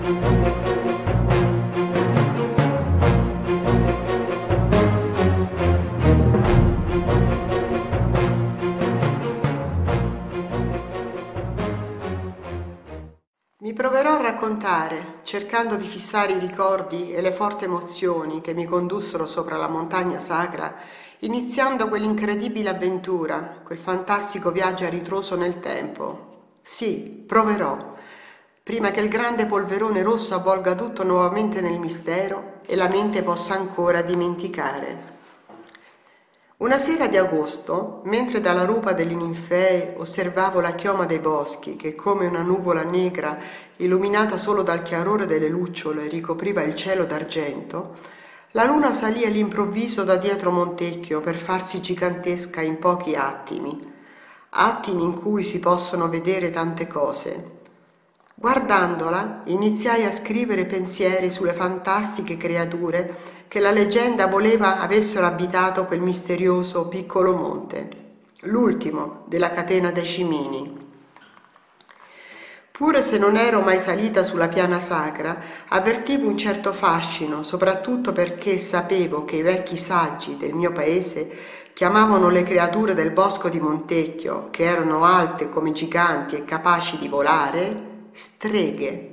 Mi proverò a raccontare, cercando di fissare i ricordi e le forti emozioni che mi condussero sopra la montagna sacra, iniziando quell'incredibile avventura, quel fantastico viaggio a ritroso nel tempo. Sì, proverò, prima che il grande polverone rosso avvolga tutto nuovamente nel mistero e la mente possa ancora dimenticare. Una sera di agosto, mentre dalla rupa delle ninfee osservavo la chioma dei boschi che come una nuvola negra illuminata solo dal chiarore delle lucciole ricopriva il cielo d'argento, la luna salì all'improvviso da dietro Montecchio per farsi gigantesca in pochi attimi in cui si possono vedere tante cose. Guardandola, iniziai a scrivere pensieri sulle fantastiche creature che la leggenda voleva avessero abitato quel misterioso piccolo monte, l'ultimo della catena dei Cimini. Pure se non ero mai salita sulla piana sacra, avvertivo un certo fascino, soprattutto perché sapevo che i vecchi saggi del mio paese chiamavano le creature del bosco di Montecchio, che erano alte come giganti e capaci di volare, streghe.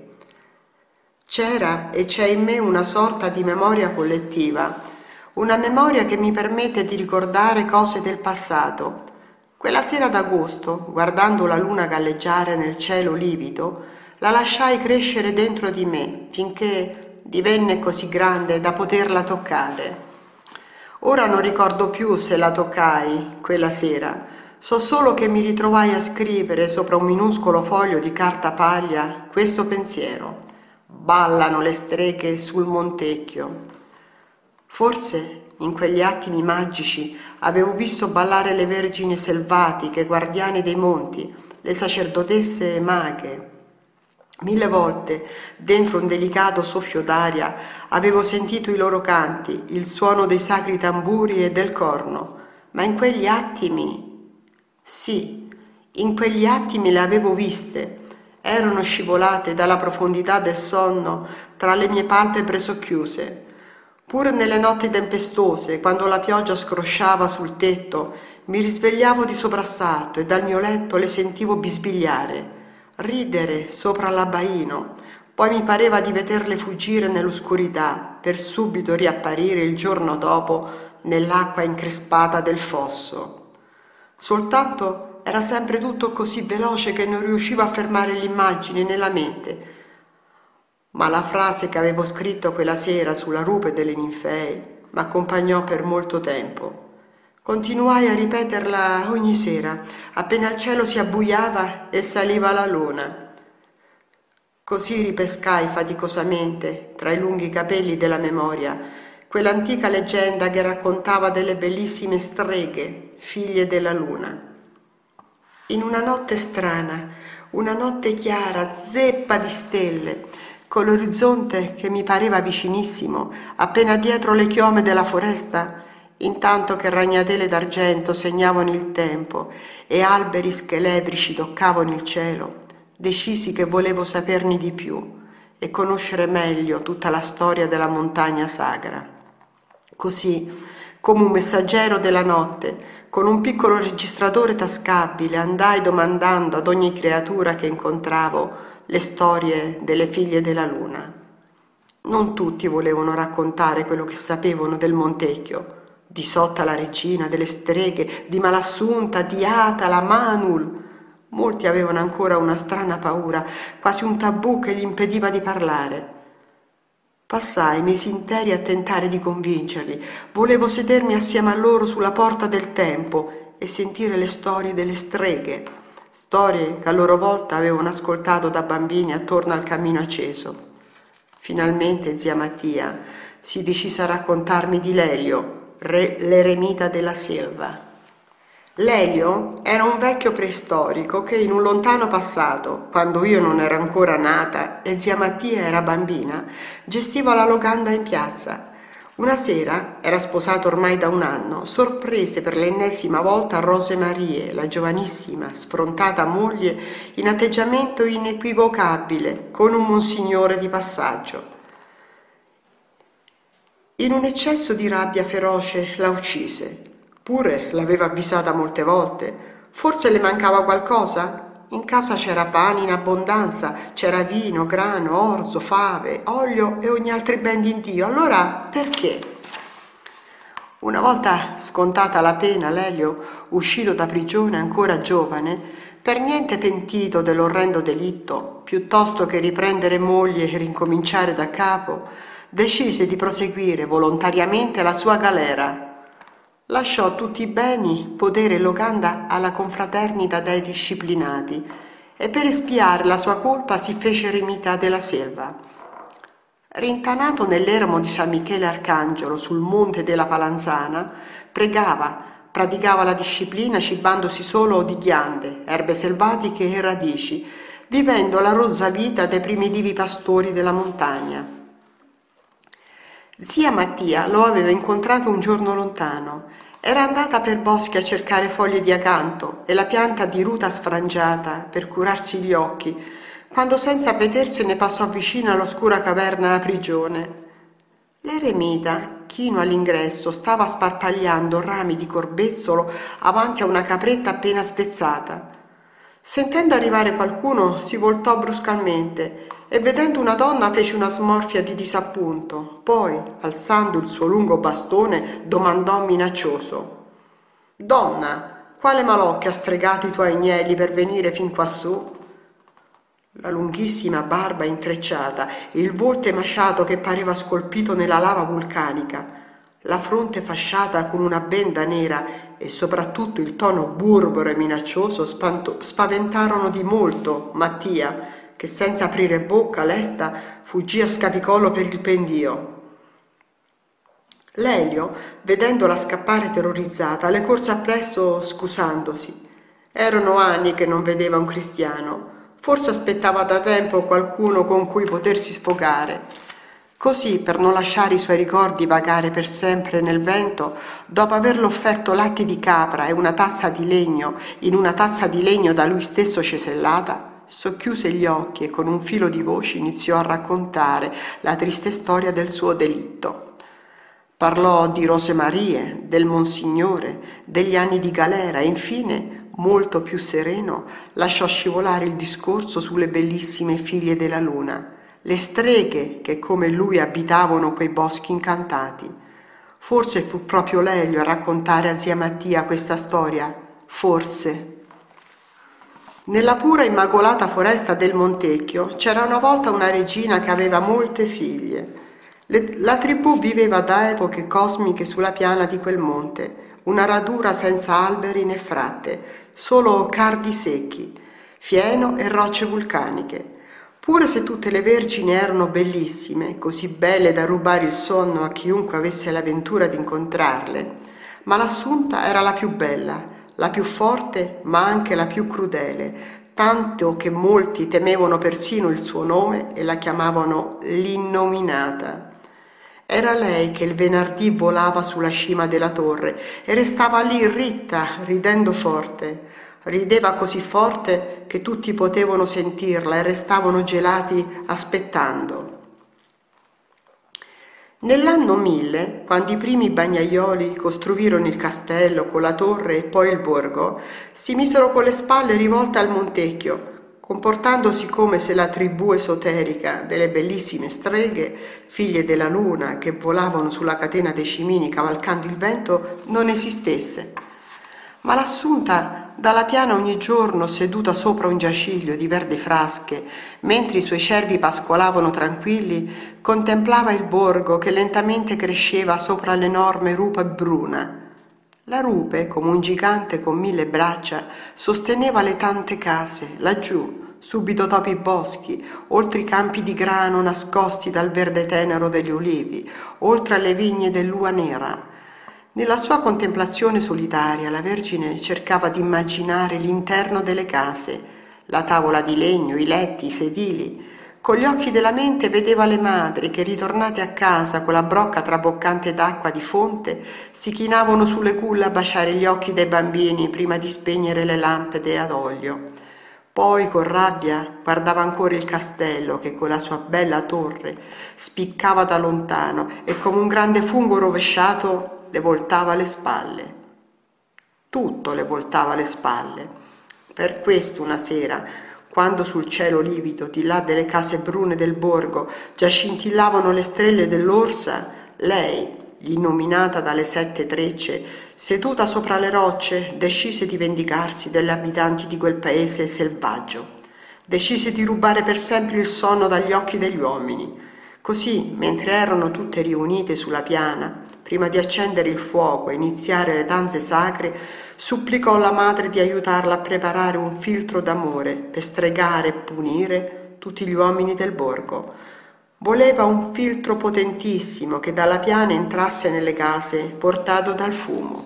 C'era e c'è in me una sorta di memoria collettiva, una memoria che mi permette di ricordare cose del passato. Quella sera d'agosto, guardando la luna galleggiare nel cielo livido, la lasciai crescere dentro di me finché divenne così grande da poterla toccare. Ora non ricordo più se la toccai quella sera, so solo che mi ritrovai a scrivere sopra un minuscolo foglio di carta paglia questo pensiero: ballano le streghe sul Montecchio. Forse in quegli attimi magici avevo visto ballare le vergini selvatiche, guardiane dei monti, le sacerdotesse maghe. 1000 volte, dentro un delicato soffio d'aria, avevo sentito i loro canti, il suono dei sacri tamburi e del corno, ma in quegli attimi, sì, in quegli attimi le avevo viste. Erano scivolate dalla profondità del sonno tra le mie palpebre socchiuse. Pure nelle notti tempestose, quando la pioggia scrosciava sul tetto, mi risvegliavo di soprassalto e dal mio letto le sentivo bisbigliare, ridere sopra l'abbaino. Poi mi pareva di vederle fuggire nell'oscurità, per subito riapparire il giorno dopo nell'acqua increspata del fosso. Soltanto era sempre tutto così veloce che non riuscivo a fermare l'immagine nella mente. Ma la frase che avevo scritto quella sera sulla rupe delle ninfee m'accompagnò per molto tempo. Continuai a ripeterla ogni sera, appena il cielo si abbuiava e saliva la luna. Così ripescai faticosamente, tra i lunghi capelli della memoria, quell'antica leggenda che raccontava delle bellissime streghe, figlie della luna. In una notte strana, una notte chiara, zeppa di stelle, con l'orizzonte che mi pareva vicinissimo, appena dietro le chiome della foresta, intanto che ragnatele d'argento segnavano il tempo e alberi scheletrici toccavano il cielo, decisi che volevo saperne di più e conoscere meglio tutta la storia della montagna sacra. Così, come un messaggero della notte, con un piccolo registratore tascabile, andai domandando ad ogni creatura che incontravo le storie delle figlie della luna. Non tutti volevano raccontare quello che sapevano del Montecchio, di Sotta la regina, delle streghe, di Malassunta, di Atala, Manul. Molti avevano ancora una strana paura, quasi un tabù che gli impediva di parlare. Passai mesi interi a tentare di convincerli. Volevo sedermi assieme a loro sulla porta del tempo e sentire le storie delle streghe, storie che a loro volta avevano ascoltato da bambini attorno al camino acceso. Finalmente zia Mattia si decise a raccontarmi di Lelio, l'eremita della selva. Lelio era un vecchio preistorico che in un lontano passato, quando io non ero ancora nata e zia Mattia era bambina, gestiva la locanda in piazza. Una sera, era sposato ormai da un anno, sorprese per l'ennesima volta Rosemarie, la giovanissima, sfrontata moglie, in atteggiamento inequivocabile, con un monsignore di passaggio. In un eccesso di rabbia feroce la uccise. Pure l'aveva avvisata molte volte. Forse le mancava qualcosa? In casa c'era pane in abbondanza, c'era vino, grano, orzo, fave, olio e ogni altro ben di Dio. Allora perché? Una volta scontata la pena, Lelio, uscito da prigione ancora giovane, per niente pentito dell'orrendo delitto, piuttosto che riprendere moglie e rincominciare da capo, decise di proseguire volontariamente la sua galera. Lasciò tutti i beni, podere e locanda alla confraternita dei disciplinati e per espiare la sua colpa si fece eremita della selva. Rintanato nell'eremo di San Michele Arcangelo sul monte della Palanzana, pregava, praticava la disciplina cibandosi solo di ghiande, erbe selvatiche e radici, vivendo la rozza vita dei primitivi pastori della montagna. Zia Mattia lo aveva incontrato un giorno lontano. Era andata per boschi a cercare foglie di acanto e la pianta di ruta sfrangiata per curarsi gli occhi, quando senza avvedersene passò vicino all'oscura caverna della prigione. L'eremita, chino all'ingresso, stava sparpagliando rami di corbezzolo avanti a una capretta appena spezzata. Sentendo arrivare qualcuno, si voltò bruscamente e vedendo una donna fece una smorfia di disappunto. Poi, alzando il suo lungo bastone, domandò minaccioso: «Donna, quale malocchio ha stregato i tuoi agnelli per venire fin quassù?» La lunghissima barba intrecciata, il volto emaciato che pareva scolpito nella lava vulcanica, la fronte fasciata con una benda nera e soprattutto il tono burbero e minaccioso spaventarono di molto Mattia, che senza aprire bocca lesta fuggì a scapicollo per il pendio. Lelio, vedendola scappare terrorizzata, le corse appresso scusandosi. Erano anni che non vedeva un cristiano. Forse aspettava da tempo qualcuno con cui potersi sfogare. Così, per non lasciare i suoi ricordi vagare per sempre nel vento, dopo averle offerto latte di capra e una tazza di legno in una tazza di legno da lui stesso cesellata, socchiuse gli occhi e con un filo di voce iniziò a raccontare la triste storia del suo delitto. Parlò di Rosemarie, del Monsignore, degli anni di galera e infine, molto più sereno, lasciò scivolare il discorso sulle bellissime figlie della luna, le streghe che come lui abitavano quei boschi incantati. Forse fu proprio Lelio a raccontare a zia Mattia questa storia, forse. Nella pura immacolata foresta del Montecchio c'era una volta una regina che aveva molte figlie. La tribù viveva da epoche cosmiche sulla piana di quel monte, una radura senza alberi né fratte, solo cardi secchi, fieno e rocce vulcaniche. Pure se tutte le vergini erano bellissime, così belle da rubare il sonno a chiunque avesse la ventura di incontrarle, ma l'Assunta era la più bella, la più forte ma anche la più crudele, tanto che molti temevano persino il suo nome e la chiamavano l'Innominata. Era lei che il venerdì volava sulla cima della torre e restava lì ritta, ridendo forte. Rideva così forte che tutti potevano sentirla e restavano gelati aspettando. Nell'anno 1000, quando i primi bagnaioli costruirono il castello con la torre e poi il borgo, si misero con le spalle rivolte al Montecchio, comportandosi come se la tribù esoterica delle bellissime streghe, figlie della luna che volavano sulla catena dei cimini cavalcando il vento, non esistesse. Ma l'Assunta, dalla piana ogni giorno seduta sopra un giaciglio di verde frasche, mentre i suoi cervi pascolavano tranquilli, contemplava il borgo che lentamente cresceva sopra l'enorme rupe bruna. La rupe, come un gigante con 1000 braccia, sosteneva le tante case, laggiù, subito dopo i boschi, oltre i campi di grano nascosti dal verde tenero degli olivi, oltre alle vigne dell'ua nera. Nella sua contemplazione solitaria la Vergine cercava di immaginare l'interno delle case, la tavola di legno, i letti, i sedili, Con gli occhi della mente vedeva le madri che, ritornate a casa con la brocca traboccante d'acqua di fonte, si chinavano sulle culle a baciare gli occhi dei bambini prima di spegnere le lampade ad olio. Poi, con rabbia, guardava ancora il castello che con la sua bella torre spiccava da lontano e come un grande fungo rovesciato le voltava le spalle. Tutto le voltava le spalle. Per questo una sera, quando sul cielo livido, di là delle case brune del borgo, già scintillavano le stelle dell'orsa, lei, l'innominata dalle 7 trecce, seduta sopra le rocce, decise di vendicarsi degli abitanti di quel paese selvaggio. Decise di rubare per sempre il sonno dagli occhi degli uomini. Così, mentre erano tutte riunite sulla piana, prima di accendere il fuoco e iniziare le danze sacre, supplicò la madre di aiutarla a preparare un filtro d'amore per stregare e punire tutti gli uomini del borgo. Voleva un filtro potentissimo che dalla piana entrasse nelle case portato dal fumo.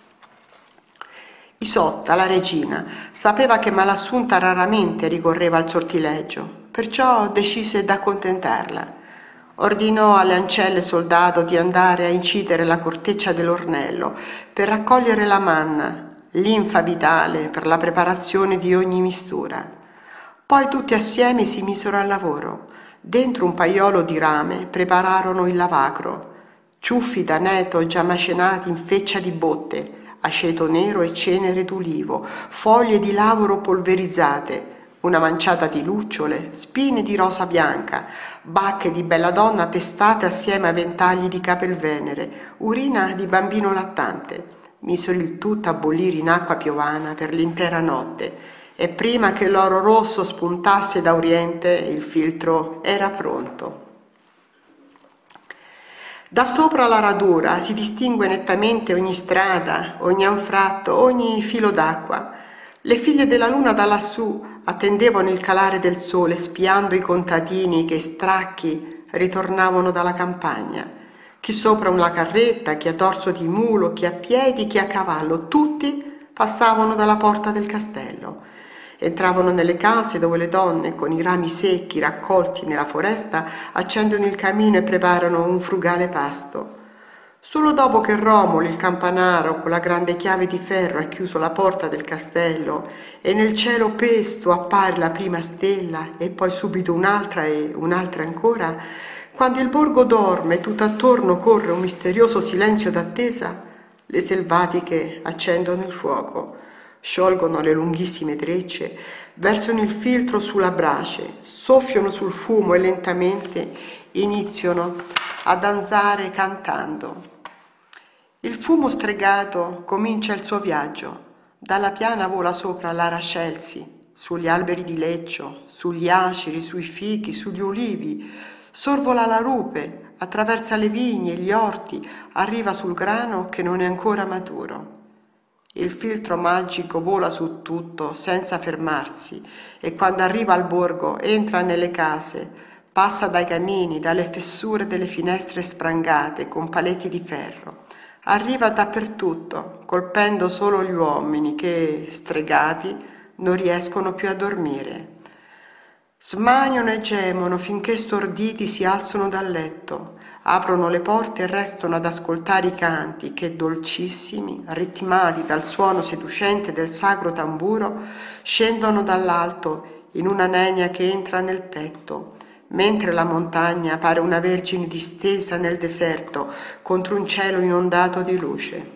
Isotta, la regina, sapeva che Malassunta raramente ricorreva al sortileggio, perciò decise d'accontentarla. Ordinò alle ancelle soldato di andare a incidere la corteccia dell'ornello per raccogliere la manna, linfa vitale per la preparazione di ogni mistura. Poi tutti assieme si misero al lavoro. Dentro un paiolo di rame prepararono il lavacro, ciuffi d'aneto già macinati in feccia di botte, aceto nero e cenere d'ulivo, foglie di lavoro polverizzate, una manciata di lucciole, spine di rosa bianca, bacche di belladonna pestate assieme a ventagli di capelvenere, urina di bambino lattante. Misero il tutto a bollire in acqua piovana per l'intera notte e prima che l'oro rosso spuntasse da oriente il filtro era pronto. Da sopra la radura si distingue nettamente ogni strada, ogni anfratto, ogni filo d'acqua. Le figlie della luna da lassù attendevano il calare del sole, spiando i contadini che stracchi ritornavano dalla campagna. Chi sopra una carretta, chi a torso di mulo, chi a piedi, chi a cavallo, tutti passavano dalla porta del castello. Entravano nelle case dove le donne, con i rami secchi raccolti nella foresta, accendono il camino e preparano un frugale pasto. Solo dopo che Romolo, il campanaro, con la grande chiave di ferro ha chiuso la porta del castello e nel cielo pesto appare la prima stella e poi subito un'altra e un'altra ancora, quando il borgo dorme e tutto attorno corre un misterioso silenzio d'attesa, le selvatiche accendono il fuoco, sciolgono le lunghissime trecce, versano il filtro sulla brace, soffiano sul fumo e lentamente iniziano a danzare cantando. Il fumo stregato comincia il suo viaggio. Dalla piana vola sopra l'Aracelsi, sugli alberi di leccio, sugli aceri, sui fichi, sugli ulivi. Sorvola la rupe, attraversa le vigne, gli orti, arriva sul grano che non è ancora maturo. Il filtro magico vola su tutto senza fermarsi e quando arriva al borgo entra nelle case, passa dai camini, dalle fessure delle finestre sprangate con paletti di ferro. Arriva dappertutto, colpendo solo gli uomini che, stregati, non riescono più a dormire. Smaniano e gemono finché storditi si alzano dal letto, aprono le porte e restano ad ascoltare i canti che, dolcissimi, ritmati dal suono seducente del sacro tamburo, scendono dall'alto in una nenia che entra nel petto, mentre la montagna pare una vergine distesa nel deserto contro un cielo inondato di luce.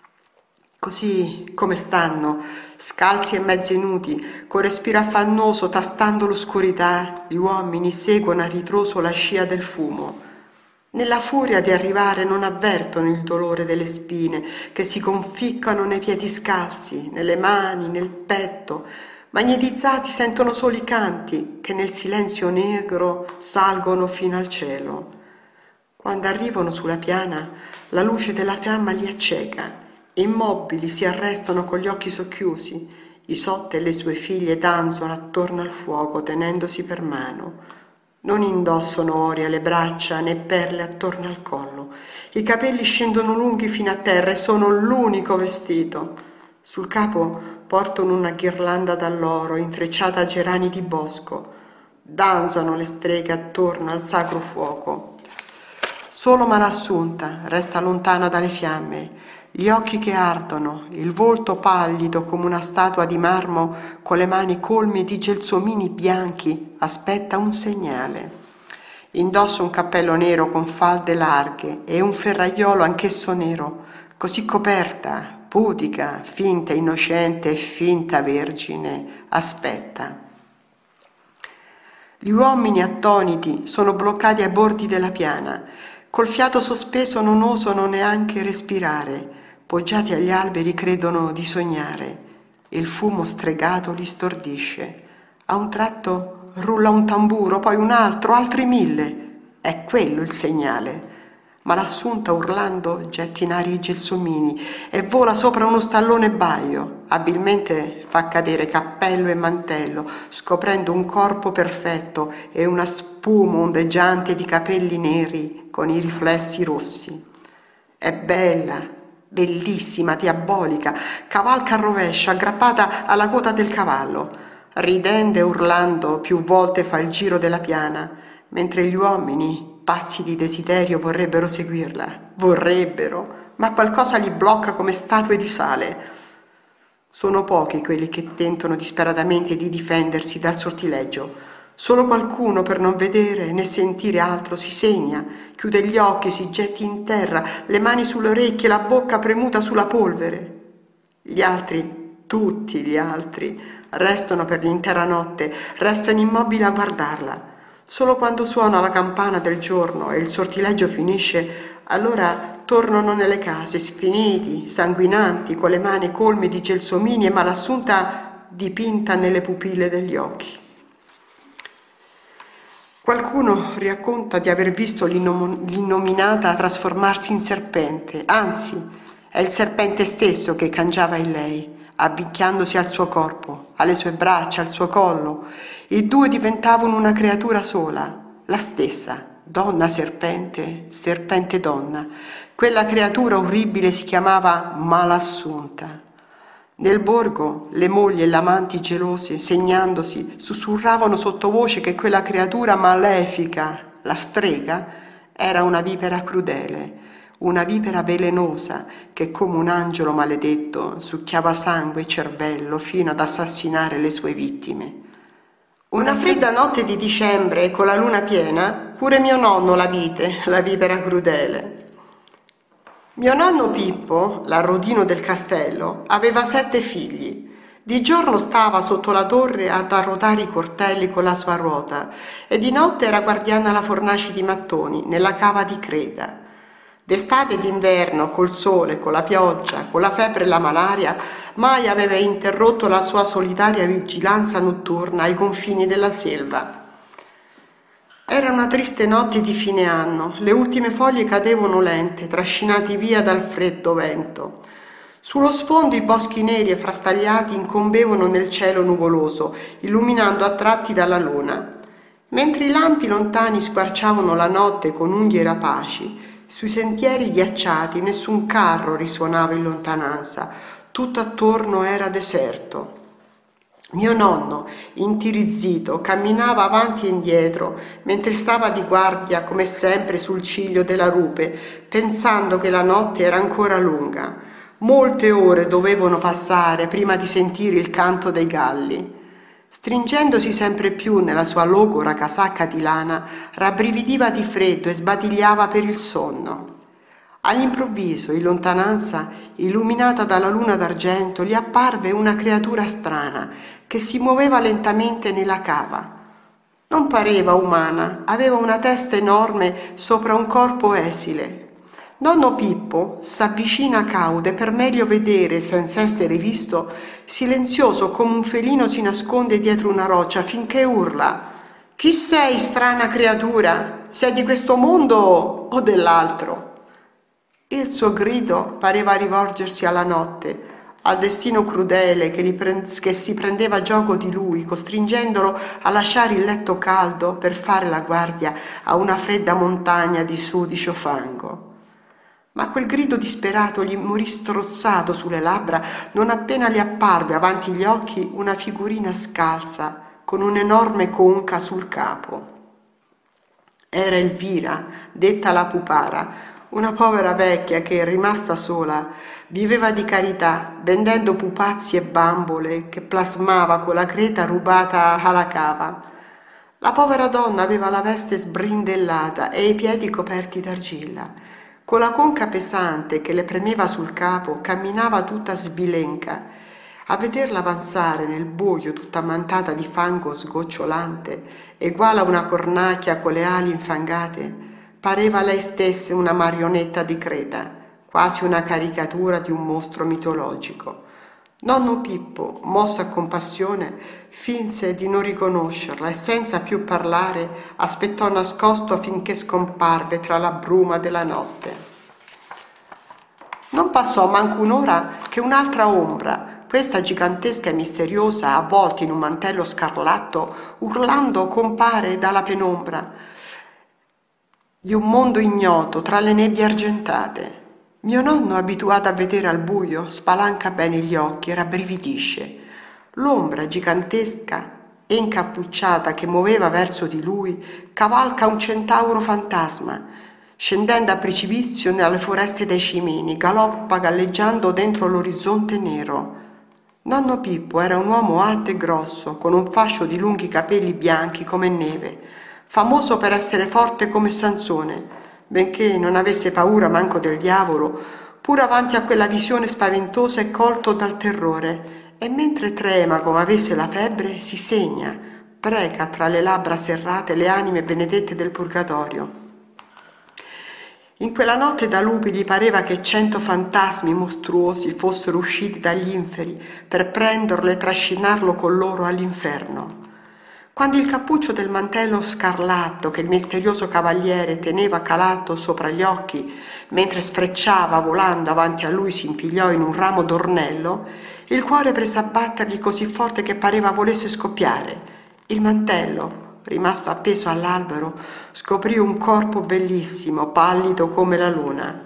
Così come stanno, scalzi e mezzi nudi, con respiro affannoso, tastando l'oscurità, gli uomini seguono a ritroso la scia del fumo. Nella furia di arrivare non avvertono il dolore delle spine che si conficcano nei piedi scalzi, nelle mani, nel petto. Magnetizzati sentono solo i canti che nel silenzio negro salgono fino al cielo. Quando arrivano sulla piana, la luce della fiamma li acceca. Immobili si arrestano con gli occhi socchiusi. Isotta e le sue figlie danzano attorno al fuoco tenendosi per mano. Non indossano ori alle braccia né perle attorno al collo. I capelli scendono lunghi fino a terra e sono l'unico vestito. Sul capo portano una ghirlanda d'alloro intrecciata a gerani di bosco. danzano le streghe attorno al sacro fuoco. Solo Malassunta resta lontana dalle fiamme, gli occhi che ardono, il volto pallido come una statua di marmo con le mani colme di gelsomini bianchi, aspetta un segnale. Indossa un cappello nero con falde larghe e un ferraiolo anch'esso nero, così coperta, pudica, finta innocente e finta vergine, aspetta. Gli uomini attoniti sono bloccati ai bordi della piana, col fiato sospeso non osano neanche respirare, poggiati agli alberi credono di sognare, e il fumo stregato li stordisce. A un tratto rulla un tamburo, poi un altro, altri 1000. È quello il segnale. Malassunta, urlando, getta in aria i gelsomini e vola sopra uno stallone baio. Abilmente fa cadere cappello e mantello, scoprendo un corpo perfetto e una spuma ondeggiante di capelli neri con i riflessi rossi. È bella, bellissima, diabolica, cavalca a rovescio, aggrappata alla coda del cavallo. Ridendo e urlando più volte fa il giro della piana, mentre gli uomini, pazzi di desiderio, vorrebbero seguirla. Vorrebbero, ma qualcosa li blocca come statue di sale. Sono pochi quelli che tentano disperatamente di difendersi dal sortileggio. Solo qualcuno, per non vedere né sentire altro, si segna, chiude gli occhi, si getti in terra, le mani sulle orecchie, la bocca premuta sulla polvere. Gli altri, tutti gli altri, restano per l'intera notte, restano immobili a guardarla. Solo quando suona la campana del giorno e il sortileggio finisce, allora tornano nelle case, sfiniti, sanguinanti, con le mani colme di gelsomini e Malassunta dipinta nelle pupille degli occhi. Qualcuno racconta di aver visto l'innominata trasformarsi in serpente, anzi, è il serpente stesso che cangiava in lei, avvicchiandosi al suo corpo, alle sue braccia, al suo collo. I due diventavano una creatura sola, la stessa, donna serpente, serpente donna. Quella creatura orribile si chiamava Malassunta. Nel borgo le mogli e le amanti gelose, segnandosi, sussurravano sottovoce che quella creatura malefica, la strega, era una vipera crudele, una vipera velenosa che come un angelo maledetto succhiava sangue e cervello fino ad assassinare le sue vittime. Una fredda notte di dicembre, con la luna piena, pure mio nonno la vide, la vipera crudele. Mio nonno Pippo, l'arrodino del castello, aveva 7 figli. Di giorno stava sotto la torre ad arrotare i cortelli con la sua ruota e di notte era guardiana alla fornace di mattoni nella cava di Creta. D'estate e d'inverno, col sole, con la pioggia, con la febbre e la malaria, mai aveva interrotto la sua solitaria vigilanza notturna ai confini della selva. Era una triste notte di fine anno, le ultime foglie cadevano lente, trascinati via dal freddo vento. Sullo sfondo i boschi neri e frastagliati incombevano nel cielo nuvoloso, illuminando a tratti dalla luna. Mentre i lampi lontani squarciavano la notte con unghie rapaci, sui sentieri ghiacciati nessun carro risuonava in lontananza, tutto attorno era deserto. Mio nonno, intirizzito, camminava avanti e indietro, mentre stava di guardia, come sempre, sul ciglio della rupe, pensando che la notte era ancora lunga. Molte ore dovevano passare prima di sentire il canto dei galli. Stringendosi sempre più nella sua logora casacca di lana, rabbrividiva di freddo e sbadigliava per il sonno. All'improvviso, in lontananza, illuminata dalla luna d'argento, gli apparve una creatura strana che si muoveva lentamente nella cava. Non pareva umana, aveva una testa enorme sopra un corpo esile. Nonno Pippo s'avvicina cauto per meglio vedere senza essere visto, silenzioso come un felino si nasconde dietro una roccia finché urla: «Chi sei, strana creatura? Sei di questo mondo o dell'altro?» Il suo grido pareva rivolgersi alla notte, al destino crudele che si prendeva gioco di lui, costringendolo a lasciare il letto caldo per fare la guardia a una fredda montagna di sudicio fango. Ma quel grido disperato gli morì strozzato sulle labbra non appena gli apparve avanti gli occhi una figurina scalza, con un'enorme conca sul capo. Era Elvira, detta la pupara, una povera vecchia che, rimasta sola, viveva di carità, vendendo pupazzi e bambole che plasmava con la creta rubata alla cava. La povera donna aveva la veste sbrindellata e i piedi coperti d'argilla. Con la conca pesante che le premeva sul capo, camminava tutta sbilenca. A vederla avanzare nel buio tutta ammantata di fango sgocciolante, eguale a una cornacchia con le ali infangate, pareva lei stessa una marionetta di creta, quasi una caricatura di un mostro mitologico. Nonno Pippo, mosso a compassione, finse di non riconoscerla e senza più parlare aspettò nascosto finché scomparve tra la bruma della notte. Non passò manco un'ora che un'altra ombra, questa gigantesca e misteriosa, avvolta in un mantello scarlatto, urlando compare dalla penombra di un mondo ignoto tra le nebbie argentate. Mio nonno, abituato a vedere al buio, spalanca bene gli occhi e rabbrividisce. L'ombra gigantesca e incappucciata che muoveva verso di lui cavalca un centauro fantasma. Scendendo a precipizio nelle foreste dei cimini, galoppa galleggiando dentro l'orizzonte nero. Nonno Pippo era un uomo alto e grosso, con un fascio di lunghi capelli bianchi come neve, famoso per essere forte come Sansone, benché non avesse paura manco del diavolo, pur avanti a quella visione spaventosa è colto dal terrore, e mentre trema come avesse la febbre, si segna, prega tra le labbra serrate le anime benedette del purgatorio. In quella notte da lupi gli pareva che 100 fantasmi mostruosi fossero usciti dagli inferi per prenderlo e trascinarlo con loro all'inferno. Quando il cappuccio del mantello scarlatto che il misterioso cavaliere teneva calato sopra gli occhi, mentre sfrecciava volando avanti a lui, si impigliò in un ramo d'ornello, il cuore prese a battergli così forte che pareva volesse scoppiare. Il mantello, rimasto appeso all'albero, scoprì un corpo bellissimo, pallido come la luna.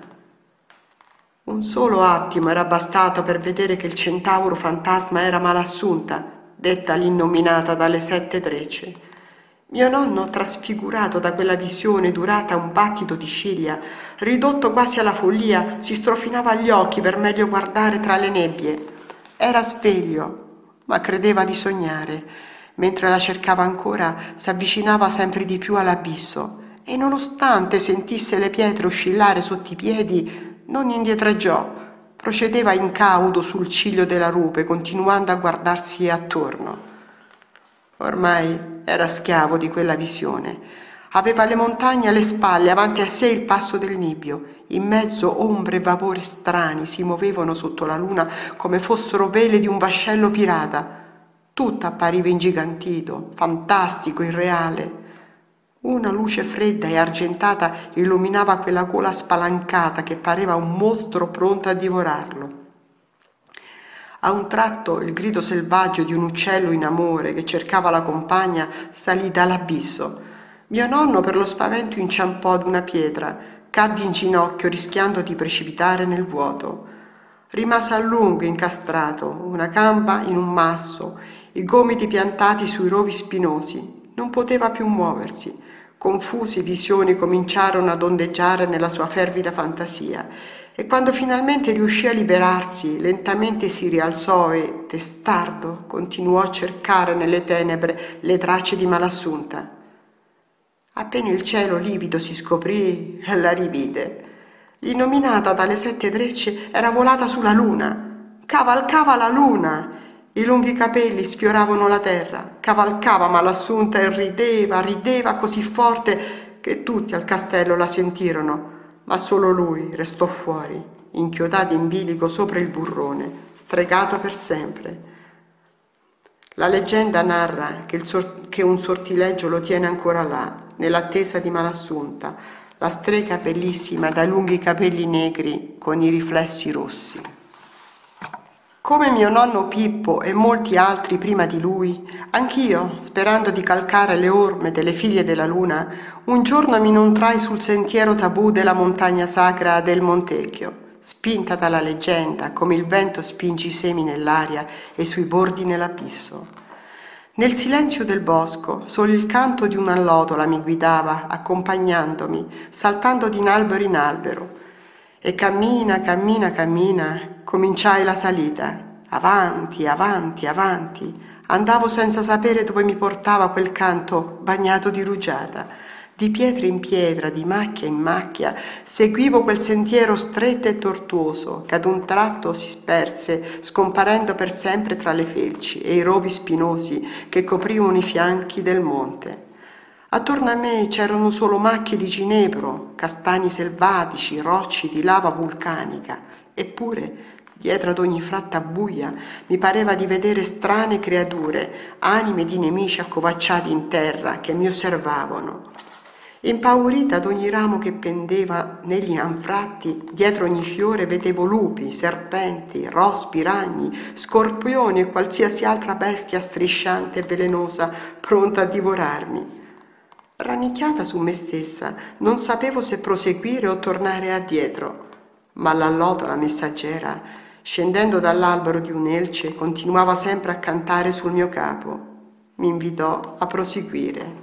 Un solo attimo era bastato per vedere che il centauro fantasma era Malassunta, detta l'innominata dalle 7 trecce. Mio nonno, trasfigurato da quella visione durata un battito di ciglia, ridotto quasi alla follia, si strofinava gli occhi per meglio guardare tra le nebbie. Era sveglio, ma credeva di sognare. Mentre la cercava ancora, si avvicinava sempre di più all'abisso e, nonostante sentisse le pietre oscillare sotto i piedi, non indietreggiò. Procedeva incauto sul ciglio della rupe, continuando a guardarsi attorno. Ormai era schiavo di quella visione. Aveva le montagne alle spalle, avanti a sé il passo del Nibbio. In mezzo ombre e vapori strani si muovevano sotto la luna come fossero vele di un vascello pirata. Tutto appariva ingigantito, fantastico, irreale. Una luce fredda e argentata illuminava quella gola spalancata che pareva un mostro pronto a divorarlo. A un tratto il grido selvaggio di un uccello in amore che cercava la compagna salì dall'abisso. Mio nonno per lo spavento inciampò ad una pietra, cadde in ginocchio rischiando di precipitare nel vuoto. Rimase a lungo incastrato, una gamba in un masso, i gomiti piantati sui rovi spinosi. Non poteva più muoversi. Confusi visioni cominciarono ad ondeggiare nella sua fervida fantasia e quando finalmente riuscì a liberarsi, lentamente si rialzò e, testardo, continuò a cercare nelle tenebre le tracce di Malassunta. Appena il cielo livido si scoprì, la rivide. L'innominata dalle 7 trecce era volata sulla luna, cavalcava la luna. I lunghi capelli sfioravano la terra, cavalcava Malassunta e rideva così forte che tutti al castello la sentirono, ma solo lui restò fuori, inchiodato in bilico sopra il burrone, stregato per sempre. La leggenda narra che un sortileggio lo tiene ancora là, nell'attesa di Malassunta, la strega bellissima dai lunghi capelli negri con i riflessi rossi. Come mio nonno Pippo e molti altri prima di lui, anch'io, sperando di calcare le orme delle figlie della luna, un giorno mi inoltrai sul sentiero tabù della montagna sacra del Montecchio, spinta dalla leggenda come il vento spinge i semi nell'aria e sui bordi nell'abisso. Nel silenzio del bosco, solo il canto di un'allodola mi guidava, accompagnandomi, saltando di albero in albero. E cammina, cammina, cammina, cominciai la salita. Avanti, avanti, avanti. Andavo senza sapere dove mi portava quel canto bagnato di rugiada. Di pietra in pietra, di macchia in macchia, seguivo quel sentiero stretto e tortuoso che ad un tratto si sperse, scomparendo per sempre tra le felci e i rovi spinosi che coprivano i fianchi del monte. Attorno a me c'erano solo macchie di ginepro, castani selvatici, rocci di lava vulcanica, eppure dietro ad ogni fratta buia mi pareva di vedere strane creature, anime di nemici accovacciati in terra che mi osservavano. Impaurita ad ogni ramo che pendeva negli anfratti, dietro ogni fiore vedevo lupi, serpenti, rospi, ragni, scorpioni e qualsiasi altra bestia strisciante e velenosa pronta a divorarmi. Rannicchiata su me stessa, non sapevo se proseguire o tornare addietro, ma l'allodola messaggera, scendendo dall'albero di un'elce, continuava sempre a cantare sul mio capo. Mi invitò a proseguire.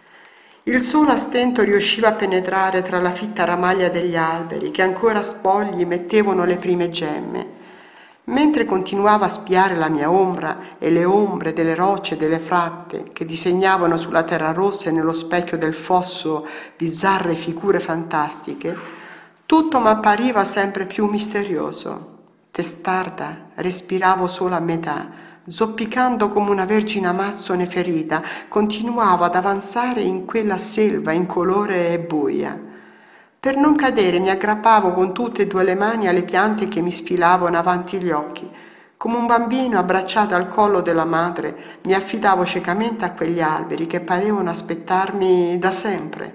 Il sole a stento riusciva a penetrare tra la fitta ramaglia degli alberi che ancora spogli mettevano le prime gemme. Mentre continuavo a spiare la mia ombra e le ombre delle rocce e delle fratte che disegnavano sulla terra rossa e nello specchio del fosso bizzarre figure fantastiche, tutto m'appariva sempre più misterioso. Testarda, respiravo solo a metà. Zoppicando come una vergine amazzone ferita, continuavo ad avanzare in quella selva incolore e buia. Per non cadere mi aggrappavo con tutte e due le mani alle piante che mi sfilavano avanti gli occhi. Come un bambino abbracciato al collo della madre, mi affidavo ciecamente a quegli alberi che parevano aspettarmi da sempre.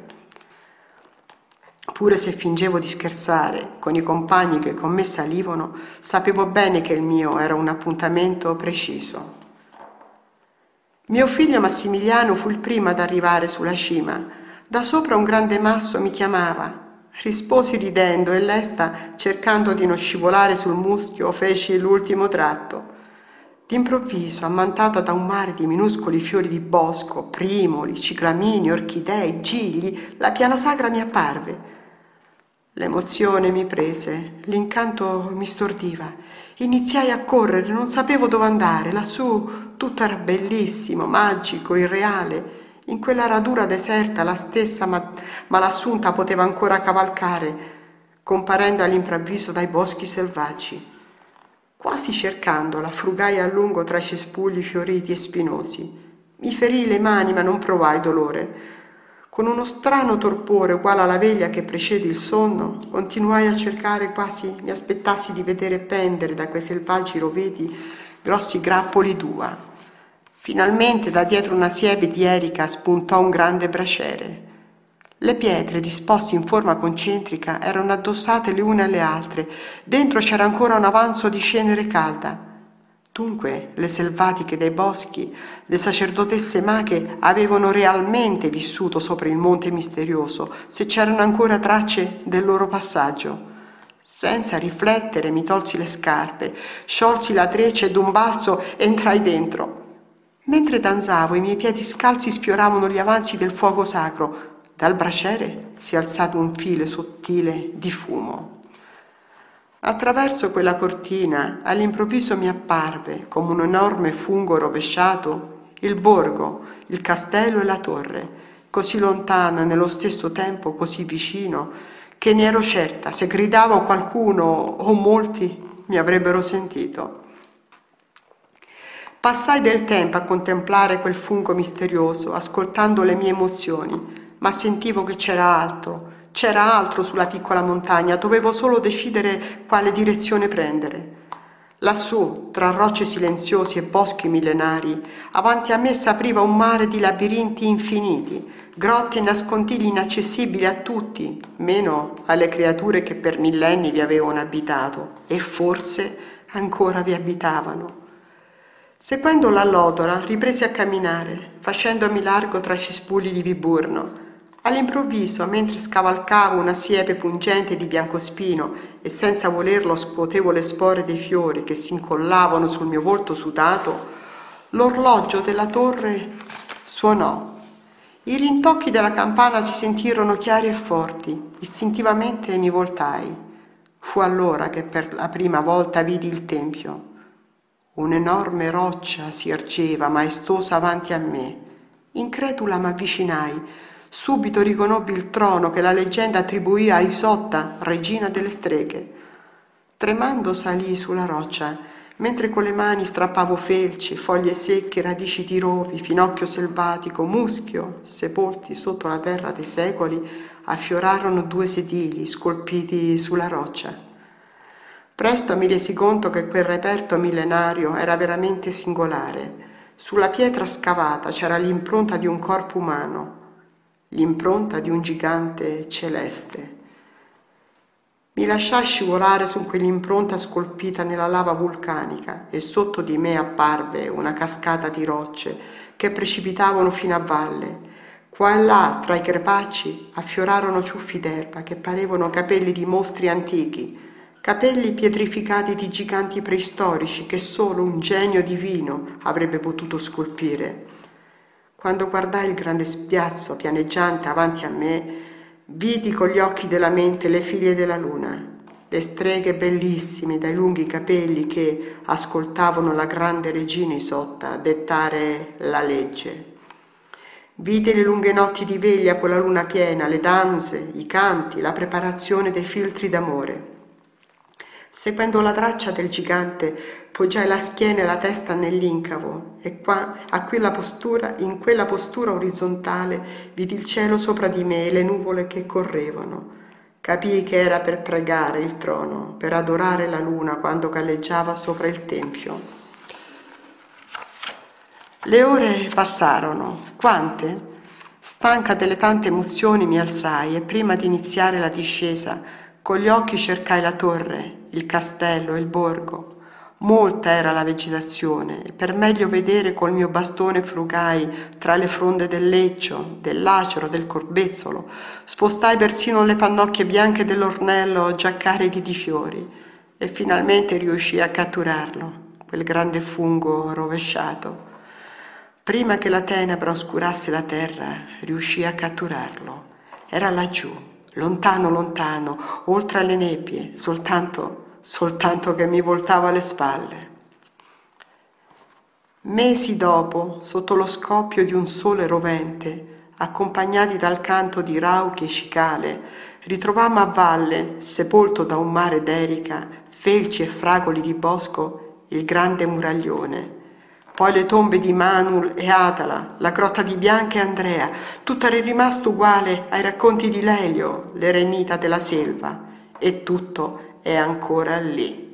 Pure se fingevo di scherzare con i compagni che con me salivano, sapevo bene che il mio era un appuntamento preciso. Mio figlio Massimiliano fu il primo ad arrivare sulla cima. Da sopra un grande masso mi chiamava. Risposi ridendo e lesta, cercando di non scivolare sul muschio, feci l'ultimo tratto. D'improvviso, ammantata da un mare di minuscoli fiori di bosco, primoli, ciclamini, orchidei, gigli, la piana sacra mi apparve. L'emozione mi prese, l'incanto mi stordiva. Iniziai a correre, non sapevo dove andare. Lassù tutto era bellissimo, magico, irreale. In quella radura deserta la stessa malassunta poteva ancora cavalcare, comparendo all'improvviso dai boschi selvaggi. Quasi cercandola, frugai a lungo tra i cespugli fioriti e spinosi. Mi ferii le mani, ma non provai dolore. Con uno strano torpore uguale alla veglia che precede il sonno, continuai a cercare, quasi mi aspettassi di vedere pendere da quei selvaggi roveti grossi grappoli d'uva. Finalmente da dietro una siepe di erica spuntò un grande braciere. Le pietre, disposte in forma concentrica, erano addossate le une alle altre. Dentro c'era ancora un avanzo di cenere calda. Dunque le selvatiche dei boschi, le sacerdotesse mache avevano realmente vissuto sopra il monte misterioso, se c'erano ancora tracce del loro passaggio. Senza riflettere mi tolsi le scarpe, sciolsi la treccia e d'un balzo entrai dentro. Mentre danzavo i miei piedi scalzi sfioravano gli avanzi del fuoco sacro. Dal braciere si è alzato un filo sottile di fumo. Attraverso quella cortina all'improvviso mi apparve, come un enorme fungo rovesciato, il borgo, il castello e la torre, così lontano e nello stesso tempo così vicino, che ne ero certa, se gridavo qualcuno o molti mi avrebbero sentito. Passai del tempo a contemplare quel fungo misterioso, ascoltando le mie emozioni, ma sentivo che c'era altro sulla piccola montagna, dovevo solo decidere quale direzione prendere. Lassù, tra rocce silenziosi e boschi millenari, avanti a me s'apriva un mare di labirinti infiniti, grotte e nascondigli inaccessibili a tutti, meno alle creature che per millenni vi avevano abitato e forse ancora vi abitavano. Seguendo l'allodola, ripresi a camminare, facendomi largo tra i cespugli di Viburno. All'improvviso, mentre scavalcavo una siepe pungente di biancospino e senza volerlo scuotevo le spore dei fiori che si incollavano sul mio volto sudato, L'orologio della torre suonò. I rintocchi della campana si sentirono chiari e forti. Istintivamente mi voltai. Fu allora che per la prima volta vidi il tempio. Un'enorme roccia si ergeva maestosa avanti a me. Incredula m'avvicinai. Subito riconobbi il trono che la leggenda attribuì a Isotta, regina delle streghe. Tremando salii sulla roccia, mentre con le mani strappavo felci, foglie secche, radici di rovi, finocchio selvatico, muschio, sepolti sotto la terra dei secoli, affiorarono 2 sedili scolpiti sulla roccia. Presto mi resi conto che quel reperto millenario era veramente singolare. Sulla pietra scavata c'era l'impronta di un corpo umano, l'impronta di un gigante celeste. Mi lasciai scivolare su quell'impronta scolpita nella lava vulcanica e sotto di me apparve una cascata di rocce che precipitavano fino a valle. Qua e là, tra i crepacci, affiorarono ciuffi d'erba che parevano capelli di mostri antichi, capelli pietrificati di giganti preistorici che solo un genio divino avrebbe potuto scolpire. Quando guardai il grande spiazzo pianeggiante avanti a me, vidi con gli occhi della mente le figlie della luna, le streghe bellissime dai lunghi capelli che ascoltavano la grande regina Isotta dettare la legge. Vide le lunghe notti di veglia con la luna piena, le danze, i canti, la preparazione dei filtri d'amore. Seguendo la traccia del gigante, poggiai la schiena e la testa nell'incavo e in quella postura orizzontale, vidi il cielo sopra di me e le nuvole che correvano. Capii che era per pregare il trono, per adorare la luna quando galleggiava sopra il tempio. Le ore passarono. Quante? Stanca delle tante emozioni mi alzai e prima di iniziare la discesa, con gli occhi cercai la torre, il castello, il borgo. Molta era la vegetazione e per meglio vedere col mio bastone frugai tra le fronde del leccio, del lacero, del corbezzolo. Spostai persino le pannocchie bianche dell'ornello già carichi di fiori e finalmente riuscii a catturarlo, quel grande fungo rovesciato. Prima che la tenebra oscurasse la terra, riuscii a catturarlo. Era laggiù, lontano, lontano, oltre alle nebbie, soltanto che mi voltava alle spalle. Mesi dopo, sotto lo scoppio di un sole rovente, accompagnati dal canto di rauchi e cicale, ritrovammo a valle, sepolto da un mare d'erica, felci e fragoli di bosco, il grande muraglione. Poi le tombe di Manul e Atala, la grotta di Bianca e Andrea, tutto era rimasto uguale ai racconti di Lelio, l'eremita della selva, e tutto è ancora lì.